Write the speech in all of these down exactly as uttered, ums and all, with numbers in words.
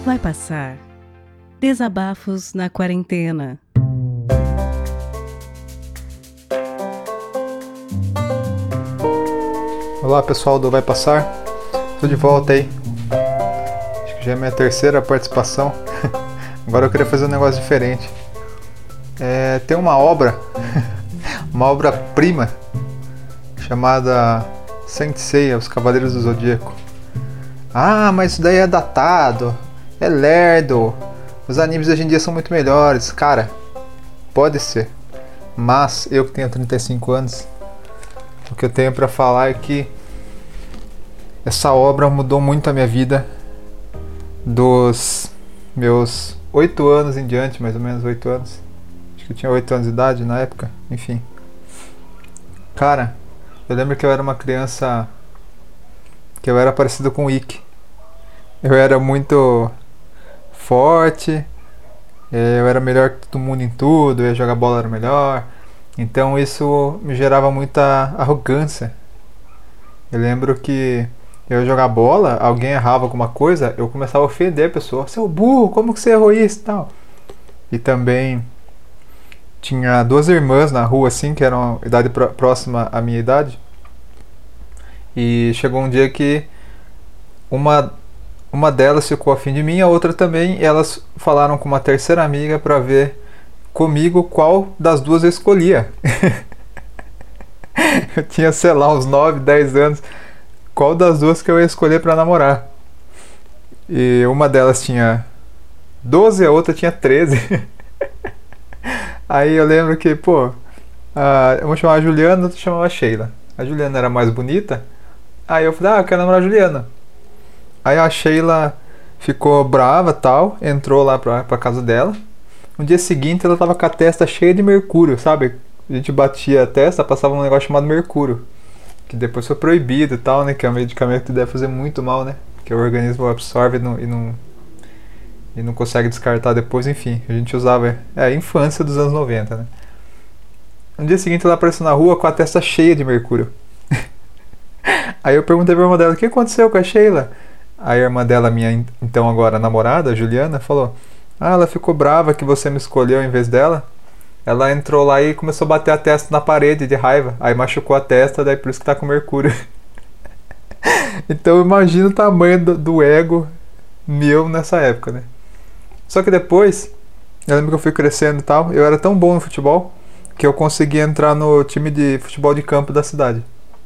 Vai passar. Desabafos na quarentena. Olá pessoal do Vai Passar, estou de volta aí. Acho que já é minha terceira participação. Agora eu queria fazer um negócio diferente. É, tem uma obra, uma obra-prima chamada Saint Seiya, Os Cavaleiros do Zodíaco. Ah, mas isso daí é datado, é lerdo, os animes hoje em dia são muito melhores. Cara, pode ser, mas eu que tenho trinta e cinco anos, o que eu tenho pra falar é que essa obra mudou muito a minha vida dos meus oito anos em diante, mais ou menos oito anos. Acho que eu tinha oito anos de idade na época, enfim. Cara, eu lembro que eu era uma criança que eu era parecido com o Ikki. Eu era muito forte, eu era melhor que todo mundo em tudo, eu ia jogar bola era melhor. Então isso me gerava muita arrogância. Eu lembro que eu ia jogar bola, alguém errava alguma coisa, eu começava a ofender a pessoa. Seu burro, como que você errou isso e tal? E também tinha duas irmãs na rua assim, que eram idade próxima à minha idade. E chegou um dia que uma, uma delas ficou afim de mim, a outra também, e elas falaram com uma terceira amiga pra ver comigo qual das duas eu escolhia. Eu tinha, sei lá, uns nove, dez anos. Qual das duas que eu ia escolher pra namorar? E uma delas tinha doze, a outra tinha treze. Aí eu lembro que, pô, a, eu vou chamar a Juliana, a outra chamava a Sheila. A Juliana era mais bonita. Aí eu falei, ah, eu quero namorar a Juliana. Aí a Sheila ficou brava e tal, entrou lá pra, pra casa dela. No dia seguinte ela tava com a testa cheia de mercúrio, sabe? A gente batia a testa, passava um negócio chamado mercúrio, que depois foi proibido e tal, né? Que é um medicamento que deve fazer muito mal, né? Que o organismo absorve e não, e não, e não consegue descartar depois, enfim. A gente usava, é a infância dos anos noventa, né? No dia seguinte ela apareceu na rua com a testa cheia de mercúrio. Aí eu perguntei pra irmã dela, o que aconteceu com a Sheila? Aí a irmã dela, minha então agora namorada, a Juliana, falou, ah, ela ficou brava que você me escolheu em vez dela. Ela entrou lá e começou a bater a testa na parede de raiva. Aí machucou a testa, daí por isso que tá com mercúrio. Então imagina o tamanho do, do ego meu nessa época, né? Só que depois, eu lembro que eu fui crescendo e tal, eu era tão bom no futebol que eu consegui entrar no time de futebol de campo da cidade.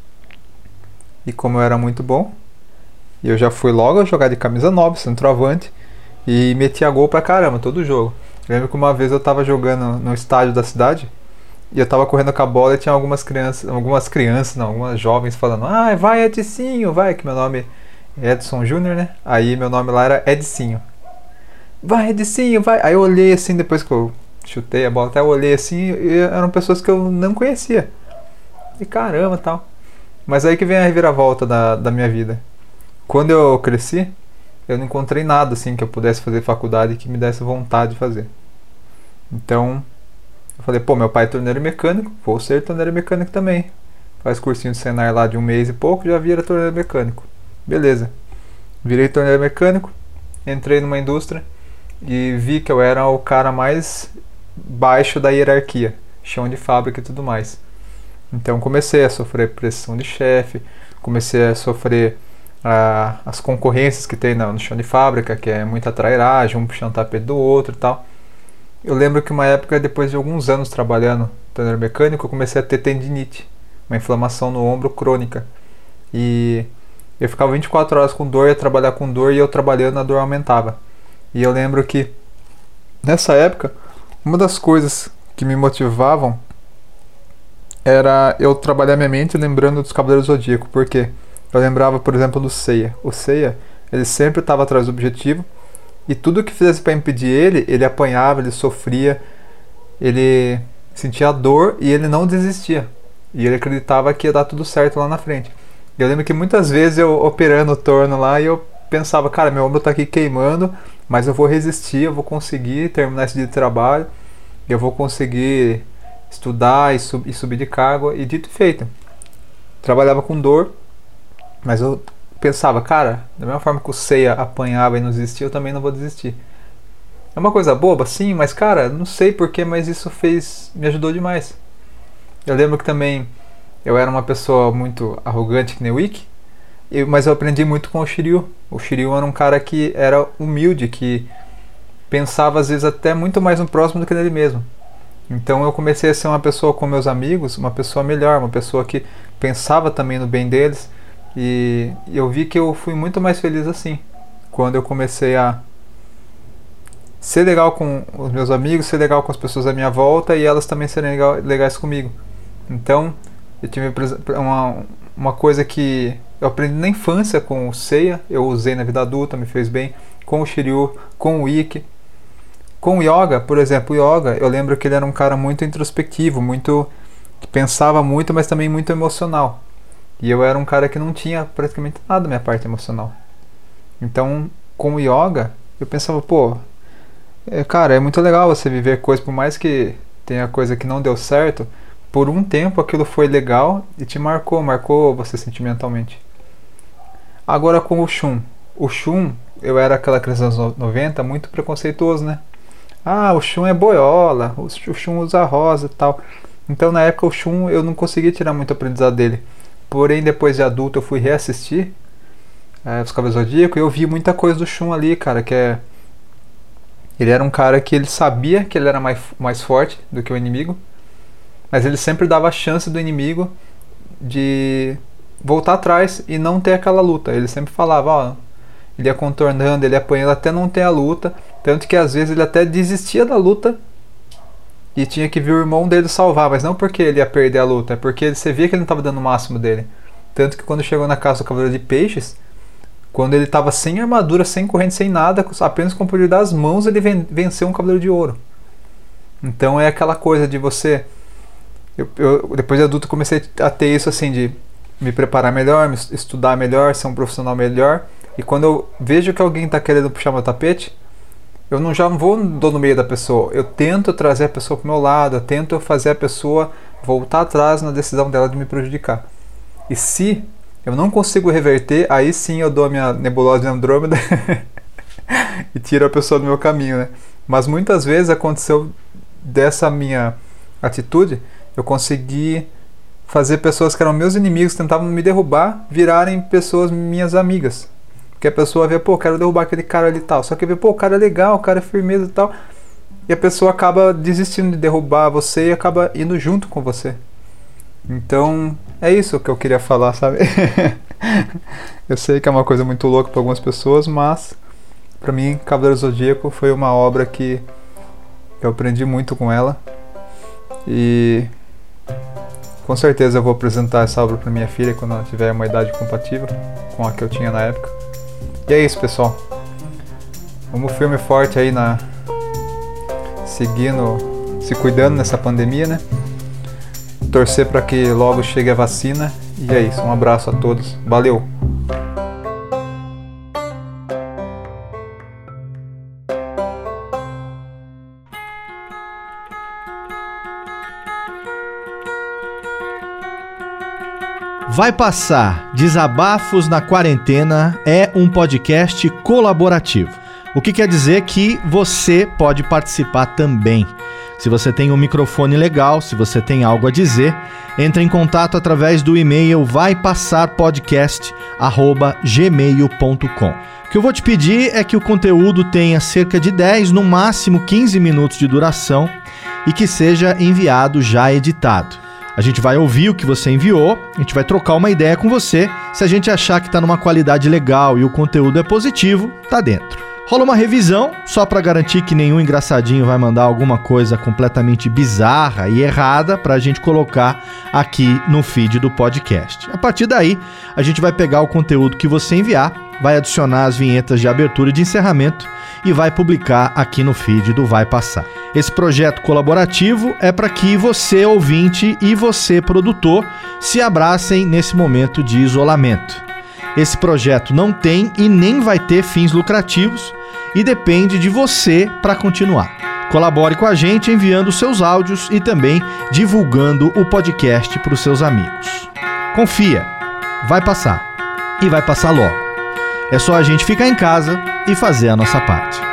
E como eu era muito bom, eu já fui logo a jogar de camisa nove, centroavante, e metia gol pra caramba, todo jogo. Eu lembro que uma vez eu tava jogando no estádio da cidade, e eu tava correndo com a bola e tinha algumas crianças, algumas crianças, não, algumas jovens falando, ah, vai Edicinho, vai, que meu nome é Edson Júnior, né? Aí meu nome lá era Edicinho. Vai Edicinho, vai. Aí eu olhei assim, depois que eu chutei a bola, até eu olhei assim, e eram pessoas que eu não conhecia. E caramba, tal. Mas aí que vem a reviravolta da, da minha vida. Quando eu cresci, eu não encontrei nada assim que eu pudesse fazer faculdade que me desse vontade de fazer. Então, eu falei, pô, meu pai é torneiro mecânico, vou ser torneiro mecânico também. Faz cursinho de Senai lá de um mês e pouco, já vira torneiro mecânico. Beleza. Virei torneiro mecânico, entrei numa indústria e vi que eu era o cara mais baixo da hierarquia, chão de fábrica e tudo mais. Então comecei a sofrer pressão de chefe, comecei a sofrer ah, as concorrências que tem no chão de fábrica, que é muita trairagem, um puxando o tapete do outro e tal. Eu lembro que uma época, depois de alguns anos trabalhando no torneiro mecânico, eu comecei a ter tendinite, uma inflamação no ombro crônica. E eu ficava vinte e quatro horas com dor, ia trabalhar com dor, e eu trabalhando a dor aumentava. E eu lembro que nessa época, uma das coisas que me motivavam era eu trabalhar minha mente lembrando dos Cavaleiros do Zodíaco, porque eu lembrava, por exemplo, do Seiya. O Seiya, ele sempre estava atrás do objetivo, e tudo que fizesse para impedir ele, ele apanhava, ele sofria, ele sentia dor e ele não desistia. E ele acreditava que ia dar tudo certo lá na frente. E eu lembro que muitas vezes eu operando o torno lá, e eu pensava, cara, meu ombro tá aqui queimando, mas eu vou resistir, eu vou conseguir terminar esse dia de trabalho, eu vou conseguir estudar e, sub, e subir de cargo, e dito e feito. Trabalhava com dor, mas eu pensava, cara, da mesma forma que o Seiya apanhava e não desistia, eu também não vou desistir. É uma coisa boba, sim, mas cara, não sei porquê, mas isso fez, me ajudou demais. Eu lembro que também eu era uma pessoa muito arrogante que nem o Ikki, mas eu aprendi muito com o Shiryu. O Shiryu era um cara que era humilde, que pensava às vezes até muito mais no próximo do que nele mesmo. Então eu comecei a ser uma pessoa com meus amigos, uma pessoa melhor, uma pessoa que pensava também no bem deles. E eu vi que eu fui muito mais feliz assim, quando eu comecei a ser legal com os meus amigos, ser legal com as pessoas à minha volta e elas também serem legais comigo. Então eu tive uma, uma coisa que eu aprendi na infância com o Seiya, eu usei na vida adulta, me fez bem, com o Shiryu, com o Ikki. Com o Yoga, por exemplo, o Yoga, eu lembro que ele era um cara muito introspectivo, muito que pensava muito, mas também muito emocional. E eu era um cara que não tinha praticamente nada da minha parte emocional. Então, com o Yoga, eu pensava, pô, é, cara, é muito legal você viver coisas, por mais que tenha coisa que não deu certo, por um tempo aquilo foi legal e te marcou, marcou você sentimentalmente. Agora com o Shun. O Shun, eu era aquela criança dos anos noventa, muito preconceituoso, né? Ah, o Shun é boiola, o Shun usa rosa e tal. Então na época o Shun eu não conseguia tirar muito aprendizado dele. Porém depois de adulto eu fui reassistir é, os Cavaleiros do Zodíaco e eu vi muita coisa do Shun ali, cara, que é... Ele era um cara que ele sabia que ele era mais, mais forte do que o inimigo, mas ele sempre dava a chance do inimigo de voltar atrás e não ter aquela luta. Ele sempre falava, ó, ele ia contornando, ele ia apanhando até não ter a luta, tanto que às vezes ele até desistia da luta e tinha que vir o irmão dele salvar, mas não porque ele ia perder a luta, é porque você via que ele não estava dando o máximo dele. Tanto que quando chegou na casa do Cavaleiro de Peixes, quando ele estava sem armadura, sem corrente, sem nada, apenas com o poder das mãos, ele venceu um Cavaleiro de Ouro. Então é aquela coisa de você... Eu, eu, depois de adulto comecei a ter isso assim, de me preparar melhor, me estudar melhor, ser um profissional melhor. E quando eu vejo que alguém está querendo puxar meu tapete, eu não já não vou no meio da pessoa. Eu tento trazer a pessoa para o meu lado, eu tento fazer a pessoa voltar atrás na decisão dela de me prejudicar. E se eu não consigo reverter, aí sim eu dou a minha nebulosa de Andrômeda e tiro a pessoa do meu caminho, né? Mas muitas vezes aconteceu dessa minha atitude, eu consegui fazer pessoas que eram meus inimigos, tentavam me derrubar, virarem pessoas minhas amigas. Porque a pessoa vê, pô, quero derrubar aquele cara ali e tal. Só que vê, pô, o cara é legal, o cara é firmeza e tal. E a pessoa acaba desistindo de derrubar você e acaba indo junto com você. Então, é isso que eu queria falar, sabe? Eu sei que é uma coisa muito louca para algumas pessoas, mas para mim, Cavaleiro Zodíaco foi uma obra que eu aprendi muito com ela. E com certeza eu vou apresentar essa obra para minha filha quando ela tiver uma idade compatível com a que eu tinha na época. E é isso, pessoal. Vamos firme e forte aí na... seguindo, se cuidando nessa pandemia, né? Torcer para que logo chegue a vacina. E é isso, um abraço a todos. Valeu! Vai Passar, Desabafos na Quarentena é um podcast colaborativo. O que quer dizer que você pode participar também. Se você tem um microfone legal, se você tem algo a dizer, entre em contato através do e-mail vai passar podcast arroba gmail ponto com. O que eu vou te pedir é que o conteúdo tenha cerca de dez, no máximo quinze minutos de duração e que seja enviado já editado. A gente vai ouvir o que você enviou, a gente vai trocar uma ideia com você. Se a gente achar que está numa qualidade legal e o conteúdo é positivo, tá dentro. Rola uma revisão, só para garantir que nenhum engraçadinho vai mandar alguma coisa completamente bizarra e errada para a gente colocar aqui no feed do podcast. A partir daí, a gente vai pegar o conteúdo que você enviar, vai adicionar as vinhetas de abertura e de encerramento e vai publicar aqui no feed do Vai Passar. Esse projeto colaborativo é para que você, ouvinte, e você, produtor, se abracem nesse momento de isolamento. Esse projeto não tem e nem vai ter fins lucrativos e depende de você para continuar. Colabore com a gente enviando seus áudios e também divulgando o podcast para os seus amigos. Confia, vai passar e vai passar logo. É só a gente ficar em casa e fazer a nossa parte.